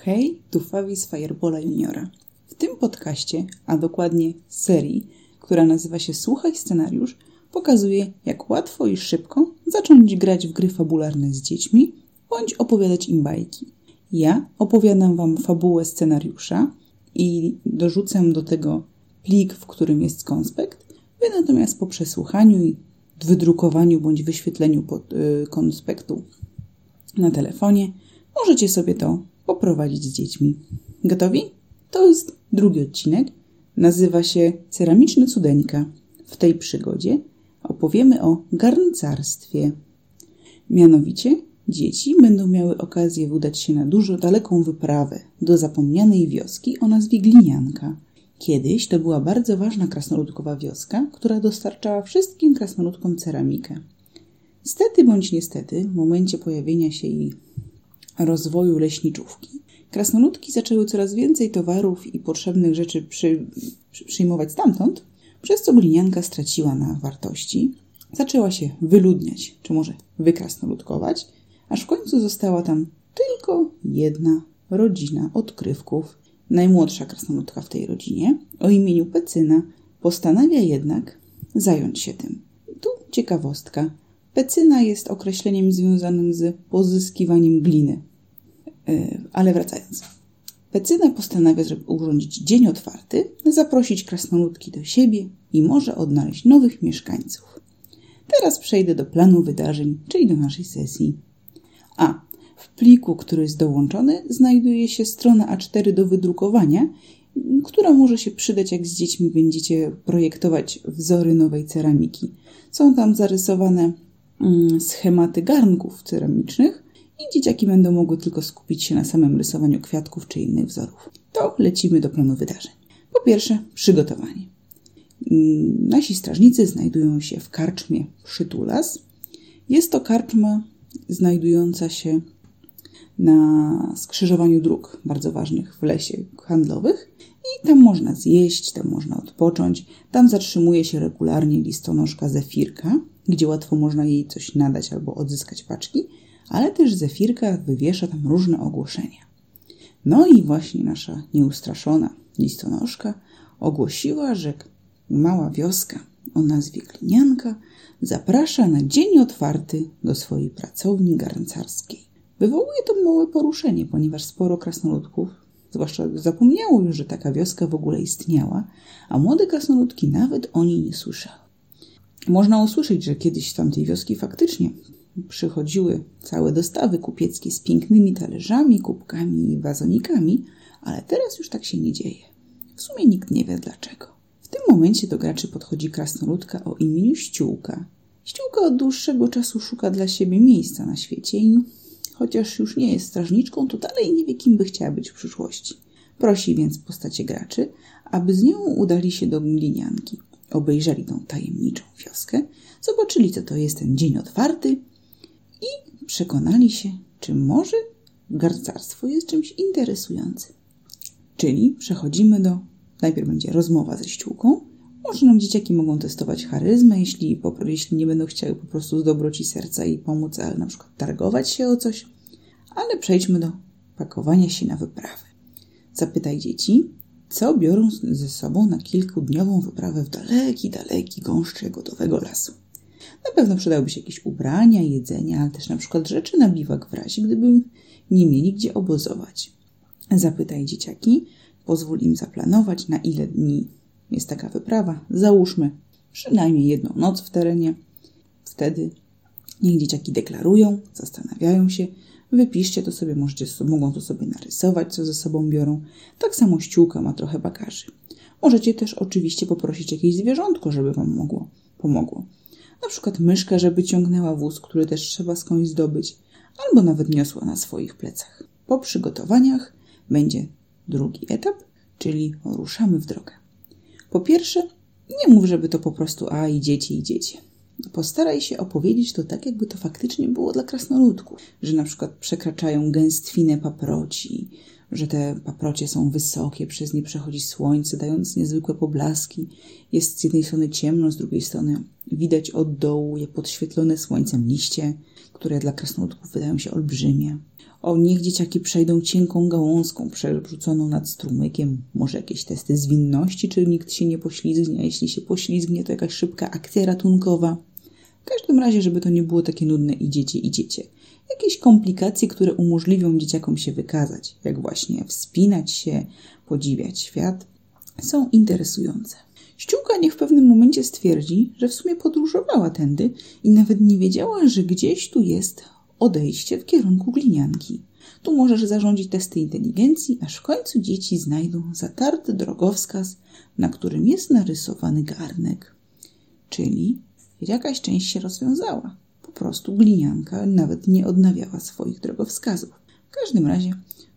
Hej, tu Fabi z Firebola Juniora. W tym podcaście, a dokładnie serii, która nazywa się Słuchaj Scenariusz, pokazuję, jak łatwo i szybko zacząć grać w gry fabularne z dziećmi, bądź opowiadać im bajki. Ja opowiadam Wam fabułę scenariusza i dorzucam do tego plik, w którym jest konspekt. Wy natomiast po przesłuchaniu i wydrukowaniu bądź wyświetleniu konspektu na telefonie możecie sobie to poprowadzić z dziećmi. Gotowi? To jest drugi odcinek. Nazywa się Ceramiczne cudeńka. W tej przygodzie opowiemy o garncarstwie. Mianowicie dzieci będą miały okazję udać się na daleką wyprawę do zapomnianej wioski o nazwie Glinianka. Kiedyś to była bardzo ważna krasnoludkowa wioska, która dostarczała wszystkim krasnoludkom ceramikę. Stety bądź niestety, w momencie pojawienia się i rozwoju leśniczówki, krasnoludki zaczęły coraz więcej towarów i potrzebnych rzeczy przyjmować stamtąd, przez co Glinianka straciła na wartości, zaczęła się wyludniać, czy może wykrasnoludkować, aż w końcu została tam tylko jedna rodzina odkrywków. Najmłodsza krasnoludka w tej rodzinie, o imieniu Pecyna, postanawia jednak zająć się tym. Tu ciekawostka. Pecyna jest określeniem związanym z pozyskiwaniem gliny. Ale wracając. Pecyna postanawia urządzić dzień otwarty, zaprosić krasnoludki do siebie i może odnaleźć nowych mieszkańców. Teraz przejdę do planu wydarzeń, czyli do naszej sesji. W pliku, który jest dołączony, znajduje się strona A4 do wydrukowania, która może się przydać, jak z dziećmi będziecie projektować wzory nowej ceramiki. Są tam zarysowane schematy garnków ceramicznych i dzieciaki będą mogły tylko skupić się na samym rysowaniu kwiatków czy innych wzorów. To lecimy do planu wydarzeń. Po pierwsze, przygotowanie. Nasi strażnicy znajdują się w karczmie Przytulas. Jest to karczma znajdująca się na skrzyżowaniu dróg bardzo ważnych w lesie handlowych i tam można zjeść, tam można odpocząć. Tam zatrzymuje się regularnie listonoszka Zefirka, gdzie łatwo można jej coś nadać albo odzyskać paczki, ale też Zefirka wywiesza tam różne ogłoszenia. No i właśnie nasza nieustraszona listonoszka ogłosiła, że mała wioska o nazwie Glinianka zaprasza na dzień otwarty do swojej pracowni garncarskiej. Wywołuje to małe poruszenie, ponieważ sporo krasnoludków, zwłaszcza zapomniało już, że taka wioska w ogóle istniała, a młode krasnoludki nawet o niej nie słyszały. Można usłyszeć, że kiedyś z tamtej wioski faktycznie przychodziły całe dostawy kupieckie z pięknymi talerzami, kubkami i wazonikami, ale teraz już tak się nie dzieje. W sumie nikt nie wie dlaczego. W tym momencie do graczy podchodzi krasnoludka o imieniu Ściółka. Ściółka od dłuższego czasu szuka dla siebie miejsca na świecie i chociaż już nie jest strażniczką, to dalej nie wie, kim by chciała być w przyszłości. Prosi więc postacie graczy, aby z nią udali się do Glinianki. Obejrzeli tą tajemniczą wioskę, zobaczyli, co to jest ten dzień otwarty i przekonali się, czy może garncarstwo jest czymś interesującym. Czyli przechodzimy najpierw będzie rozmowa ze Ściółką. Może dzieciaki mogą testować charyzmę, jeśli nie będą chciały po prostu z dobroci serca jej pomóc, ale na przykład targować się o coś. Ale przejdźmy do pakowania się na wyprawę. Zapytaj dzieci, co biorą ze sobą na kilkudniową wyprawę w daleki gąszcz jagodowego lasu. Na pewno przydałyby się jakieś ubrania, jedzenia, ale też na przykład rzeczy na biwak w razie, gdyby nie mieli gdzie obozować. Zapytaj dzieciaki, pozwól im zaplanować, na ile dni jest taka wyprawa. Załóżmy przynajmniej jedną noc w terenie. Wtedy niech dzieciaki deklarują, zastanawiają się. Wypiszcie to sobie, mogą to sobie narysować, co ze sobą biorą. Tak samo Ściółka ma trochę bagaży. Możecie też oczywiście poprosić jakieś zwierzątko, żeby Wam pomogło. Na przykład myszkę, żeby ciągnęła wóz, który też trzeba skądś zdobyć, albo nawet niosła na swoich plecach. Po przygotowaniach będzie drugi etap, czyli ruszamy w drogę. Po pierwsze, nie mów, żeby to po prostu idziecie. Postaraj się opowiedzieć to tak, jakby to faktycznie było dla krasnoludków, że na przykład przekraczają gęstwinę paproci, że te paprocie są wysokie, przez nie przechodzi słońce, dając niezwykłe poblaski. Jest z jednej strony ciemno, z drugiej strony widać od dołu je podświetlone słońcem liście, które dla krasnoludków wydają się olbrzymie. Niech dzieciaki przejdą cienką gałązką przerzuconą nad strumykiem. Może jakieś testy zwinności, czy nikt się nie poślizgnie, a jeśli się poślizgnie, to jakaś szybka akcja ratunkowa. W każdym razie, żeby to nie było takie nudne idziecie. Jakieś komplikacje, które umożliwią dzieciakom się wykazać, jak właśnie wspinać się, podziwiać świat, są interesujące. Ściółka niech w pewnym momencie stwierdzi, że w sumie podróżowała tędy i nawet nie wiedziała, że gdzieś tu jest odejście w kierunku glinianki. Tu możesz zarządzić testy inteligencji, aż w końcu dzieci znajdą zatarty drogowskaz, na którym jest narysowany garnek. Czyli jakaś część się rozwiązała. Po prostu glinianka nawet nie odnawiała swoich drogowskazów. W każdym razie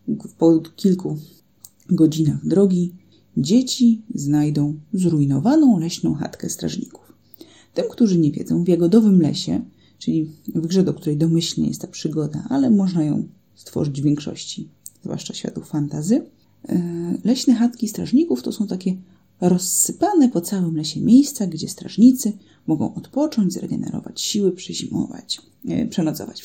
po kilku godzinach drogi dzieci znajdą zrujnowaną leśną chatkę strażników. Tym, którzy nie wiedzą, w Jagodowym Lesie, czyli w grze, do której domyślnie jest ta przygoda, ale można ją stworzyć w większości, zwłaszcza światów fantasy, leśne chatki strażników to są takie rozsypane po całym lesie miejsca, gdzie strażnicy mogą odpocząć, zregenerować siły, przenocować.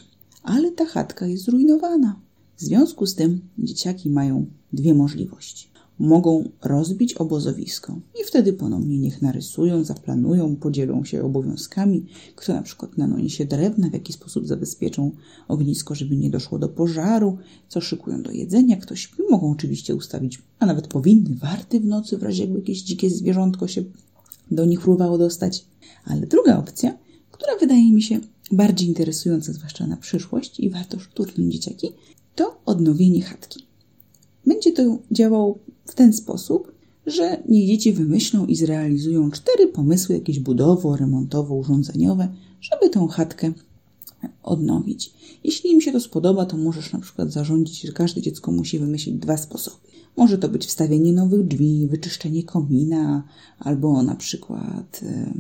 Ale ta chatka jest zrujnowana. W związku z tym dzieciaki mają dwie możliwości. Mogą rozbić obozowisko i wtedy ponownie niech narysują, zaplanują, podzielą się obowiązkami, kto na przykład naniesie drewna, w jaki sposób zabezpieczą ognisko, żeby nie doszło do pożaru, co szykują do jedzenia, kto śpi. Mogą oczywiście ustawić, a nawet powinny, warty w nocy, w razie jakby jakieś dzikie zwierzątko się do nich próbowało dostać. Ale druga opcja, która wydaje mi się bardziej interesująca, zwłaszcza na przyszłość i warto szturchnąć dzieciaki, to odnowienie chatki. Będzie to działało w ten sposób, że niech dzieci wymyślą i zrealizują 4 pomysły jakieś budowo-remontowo-urządzeniowe, żeby tą chatkę odnowić. Jeśli im się to spodoba, to możesz na przykład zarządzić, że każde dziecko musi wymyślić 2 sposoby. Może to być wstawienie nowych drzwi, wyczyszczenie komina, albo na przykład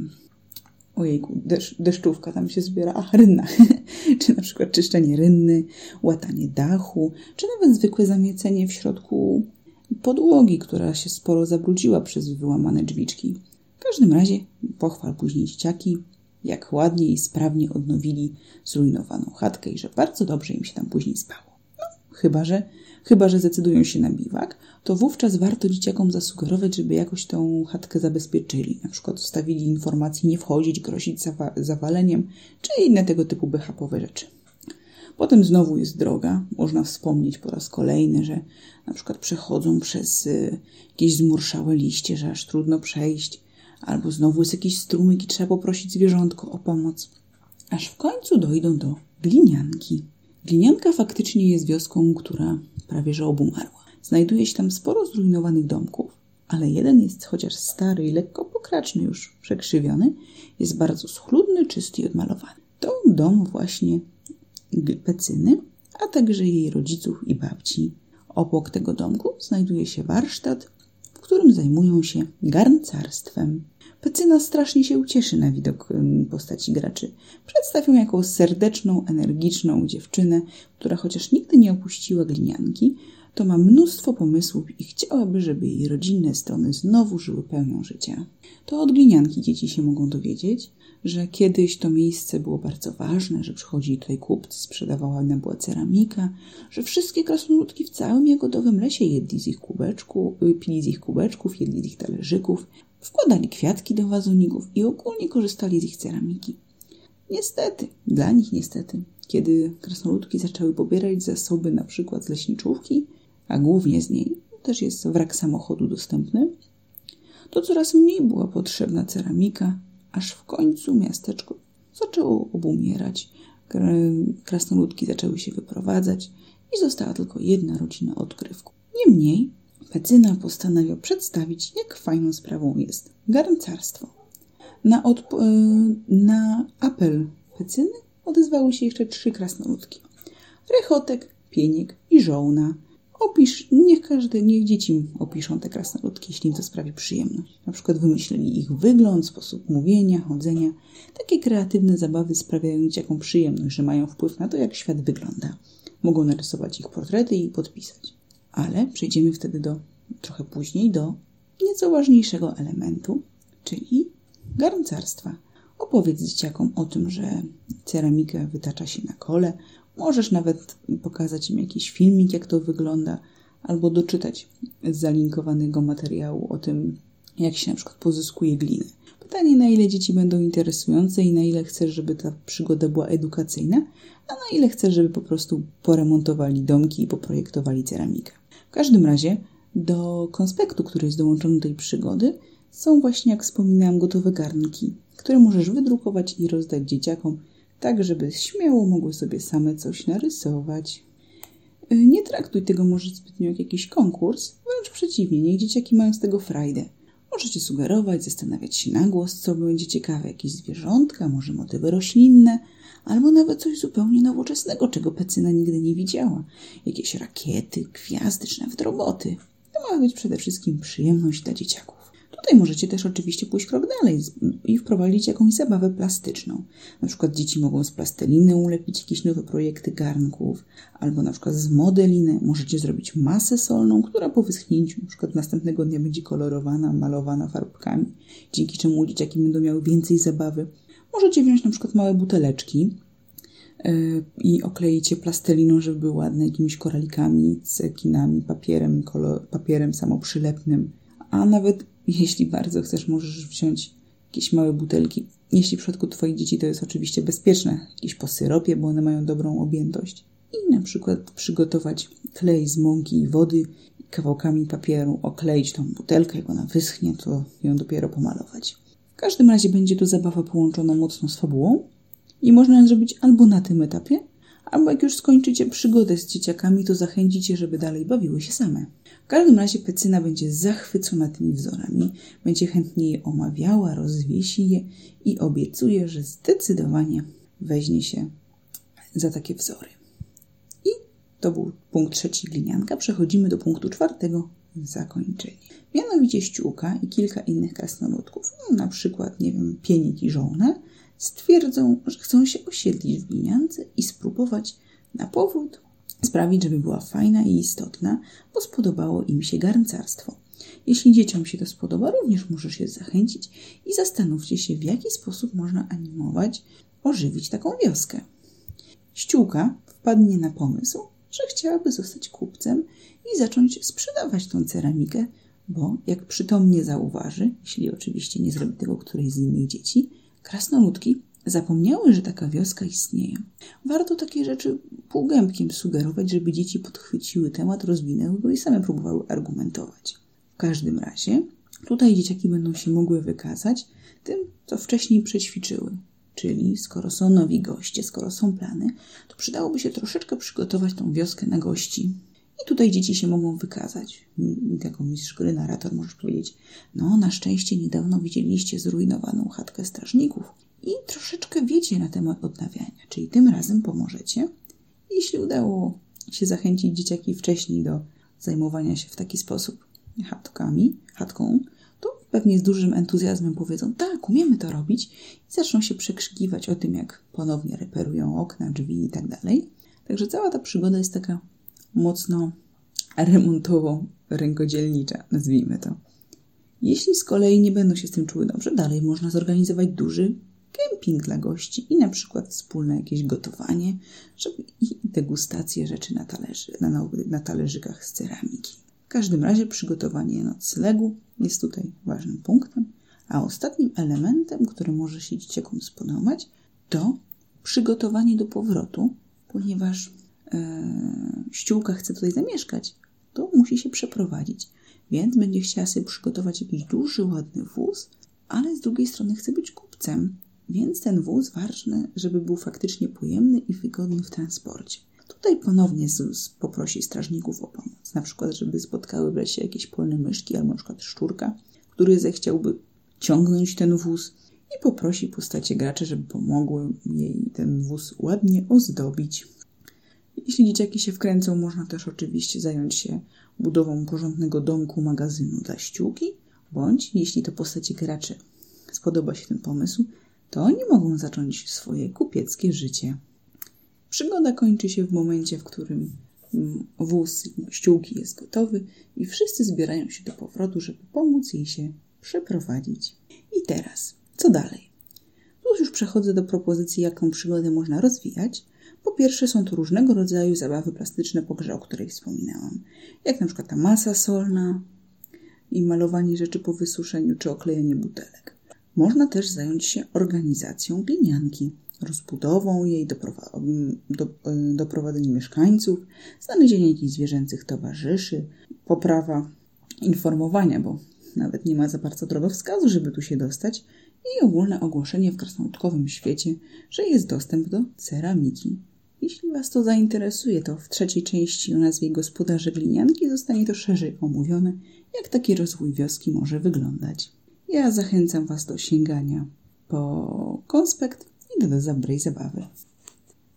deszczówka tam się zbiera, rynna. Czy na przykład czyszczenie rynny, łatanie dachu, czy nawet zwykłe zamiecenie w środku podłogi, która się sporo zabrudziła przez wyłamane drzwiczki. W każdym razie pochwal później dzieciaki, jak ładnie i sprawnie odnowili zrujnowaną chatkę i że bardzo dobrze im się tam później spało. Chyba że zdecydują się na biwak, to wówczas warto dzieciakom zasugerować, żeby jakoś tą chatkę zabezpieczyli. Na przykład wstawili informacje nie wchodzić, grozić zawaleniem, czy inne tego typu behapowe rzeczy. Potem znowu jest droga. Można wspomnieć po raz kolejny, że na przykład przechodzą przez jakieś zmurszałe liście, że aż trudno przejść. Albo znowu jest jakiś strumyk i trzeba poprosić zwierzątko o pomoc. Aż w końcu dojdą do glinianki. Glinianka faktycznie jest wioską, która prawie że obumarła. Znajduje się tam sporo zrujnowanych domków, ale jeden jest chociaż stary i lekko pokraczny, już przekrzywiony, jest bardzo schludny, czysty i odmalowany. To dom właśnie Pecyny, a także jej rodziców i babci. Obok tego domku znajduje się warsztat, w którym zajmują się garncarstwem. Pecyna strasznie się ucieszy na widok postaci graczy. Przedstawią jako serdeczną, energiczną dziewczynę, która chociaż nigdy nie opuściła glinianki, to ma mnóstwo pomysłów i chciałaby, żeby jej rodzinne strony znowu żyły pełnią życia. To od glinianki dzieci się mogą dowiedzieć, że kiedyś to miejsce było bardzo ważne, że przychodzili tutaj kupcy, sprzedawała była ceramika, że wszystkie krasnoludki w całym Jagodowym Lesie pili z ich kubeczków, jedli z ich talerzyków, wkładali kwiatki do wazoników i ogólnie korzystali z ich ceramiki. Dla nich niestety, kiedy krasnoludki zaczęły pobierać zasoby na przykład z leśniczówki, a głównie z niej, też jest wrak samochodu dostępny, to coraz mniej była potrzebna ceramika, aż w końcu miasteczko zaczęło obumierać, krasnoludki zaczęły się wyprowadzać i została tylko jedna rodzina odkrywków. Niemniej Pecyna postanawia przedstawić, jak fajną sprawą jest garncarstwo. Na apel Pecyny odezwały się jeszcze 3 krasnoludki. Rechotek, Pieniek i Żołna. Niech dzieci opiszą te krasnoludki, jeśli im to sprawi przyjemność. Na przykład wymyślili ich wygląd, sposób mówienia, chodzenia. Takie kreatywne zabawy sprawiają dzieciakom przyjemność, że mają wpływ na to, jak świat wygląda. Mogą narysować ich portrety i podpisać. Ale przejdziemy wtedy trochę później do nieco ważniejszego elementu, czyli garncarstwa. Opowiedz dzieciakom o tym, że ceramikę wytacza się na kole, Możesz nawet pokazać im jakiś filmik, jak to wygląda, albo doczytać z zalinkowanego materiału o tym, jak się na przykład pozyskuje glinę. Pytanie, na ile dzieci będą interesujące i na ile chcesz, żeby ta przygoda była edukacyjna, a na ile chcesz, żeby po prostu poremontowali domki i poprojektowali ceramikę. W każdym razie do konspektu, który jest dołączony do tej przygody, są właśnie, jak wspominałam, gotowe garnki, które możesz wydrukować i rozdać dzieciakom, tak żeby śmiało mogły sobie same coś narysować. Nie traktuj tego może zbytnio jak jakiś konkurs, wręcz przeciwnie, niech dzieciaki mają z tego frajdę. Możecie sugerować, zastanawiać się na głos, co będzie ciekawe, jakieś zwierzątka, może motywy roślinne, albo nawet coś zupełnie nowoczesnego, czego Pecyna nigdy nie widziała. Jakieś rakiety, gwiazdy, czy nawet roboty. To ma być przede wszystkim przyjemność dla dzieciaków. Tutaj możecie też oczywiście pójść krok dalej i wprowadzić jakąś zabawę plastyczną. Na przykład dzieci mogą z plasteliny ulepić jakieś nowe projekty garnków, albo na przykład z modeliny możecie zrobić masę solną, która po wyschnięciu na przykład następnego dnia będzie kolorowana, malowana farbkami, dzięki czemu dzieciaki będą miały więcej zabawy. Możecie wziąć na przykład małe buteleczki i okleić je plasteliną, żeby były ładne, jakimiś koralikami, cekinami, papierem samoprzylepnym, a nawet jeśli bardzo chcesz, możesz wziąć jakieś małe butelki. Jeśli w przypadku Twoich dzieci to jest oczywiście bezpieczne, jakieś po syropie, bo one mają dobrą objętość. I na przykład przygotować klej z mąki i wody i kawałkami papieru okleić tą butelkę. Jak ona wyschnie, to ją dopiero pomalować. W każdym razie będzie to zabawa połączona mocno z fabułą i można ją zrobić albo na tym etapie, albo jak już skończycie przygodę z dzieciakami, to zachęcicie, żeby dalej bawiły się same. W każdym razie Pecyna będzie zachwycona tymi wzorami, będzie chętnie je omawiała, rozwiesi je i obiecuje, że zdecydowanie weźmie się za takie wzory. I to był punkt 3, glinianka. Przechodzimy do punktu 4, zakończenie. Mianowicie Ściółka i kilka innych krasnoludków, na przykład, Pienik i Żołnę, stwierdzą, że chcą się osiedlić w gliniance i spróbować na powrót sprawić, żeby była fajna i istotna, bo spodobało im się garncarstwo. Jeśli dzieciom się to spodoba, również możesz je zachęcić i zastanówcie się, w jaki sposób można animować, ożywić taką wioskę. Ściółka wpadnie na pomysł, że chciałaby zostać kupcem i zacząć sprzedawać tą ceramikę, bo jak przytomnie zauważy, jeśli oczywiście nie zrobi tego którejś z innych dzieci, krasnoludki zapomniały, że taka wioska istnieje. Warto takie rzeczy półgębkiem sugerować, żeby dzieci podchwyciły temat, rozwinęły go i same próbowały argumentować. W każdym razie tutaj dzieciaki będą się mogły wykazać tym, co wcześniej przećwiczyły. Czyli skoro są nowi goście, skoro są plany, to przydałoby się troszeczkę przygotować tą wioskę na gości. I tutaj dzieci się mogą wykazać. Jako mistrz gry, narrator możesz powiedzieć, na szczęście niedawno widzieliście zrujnowaną chatkę strażników i troszeczkę wiecie na temat odnawiania, czyli tym razem pomożecie. Jeśli udało się zachęcić dzieciaki wcześniej do zajmowania się w taki sposób chatką, to pewnie z dużym entuzjazmem powiedzą, tak, umiemy to robić i zaczną się przekrzykiwać o tym, jak ponownie reperują okna, drzwi i tak dalej. Także cała ta przygoda jest taka mocno remontowo-rękodzielnicza, nazwijmy to. Jeśli z kolei nie będą się z tym czuły dobrze, dalej można zorganizować duży kemping dla gości i na przykład wspólne jakieś gotowanie, i degustację rzeczy na talerzykach z ceramiki. W każdym razie przygotowanie noclegu jest tutaj ważnym punktem, a ostatnim elementem, który może się dzieciakom spodobać, to przygotowanie do powrotu, ponieważ Ściółka chce tutaj zamieszkać, to musi się przeprowadzić, więc będzie chciała sobie przygotować jakiś duży, ładny wóz, ale z drugiej strony chce być kupcem, więc ten wóz ważny, żeby był faktycznie pojemny i wygodny w transporcie. Tutaj ponownie poprosi strażników o pomoc, na przykład, żeby spotkały w lesie jakieś polne myszki albo na przykład szczurka, który zechciałby ciągnąć ten wóz i poprosi postacie graczy, żeby pomogły jej ten wóz ładnie ozdobić. Jeśli dzieciaki się wkręcą, można też oczywiście zająć się budową porządnego domku, magazynu dla Ściółki, bądź jeśli to postaci graczy spodoba się ten pomysł, to oni mogą zacząć swoje kupieckie życie. Przygoda kończy się w momencie, w którym wóz Ściółki jest gotowy i wszyscy zbierają się do powrotu, żeby pomóc jej się przeprowadzić. I teraz, co dalej? Tu już przechodzę do propozycji, jaką przygodę można rozwijać, Po pierwsze są to różnego rodzaju zabawy plastyczne po grze, o której wspominałam. Jak na przykład ta masa solna i malowanie rzeczy po wysuszeniu, czy oklejenie butelek. Można też zająć się organizacją glinianki, rozbudową jej, doprowadzeniem mieszkańców, znalezienie jakichś zwierzęcych towarzyszy, poprawa informowania, bo nawet nie ma za bardzo drogowskazu, żeby tu się dostać, i ogólne ogłoszenie w krasnoludkowym świecie, że jest dostęp do ceramiki. Jeśli Was to zainteresuje, to w 3. części o nazwie Gospodarze Glinianki zostanie to szerzej omówione, jak taki rozwój wioski może wyglądać. Ja zachęcam Was do sięgania po konspekt i do dobrej zabawy.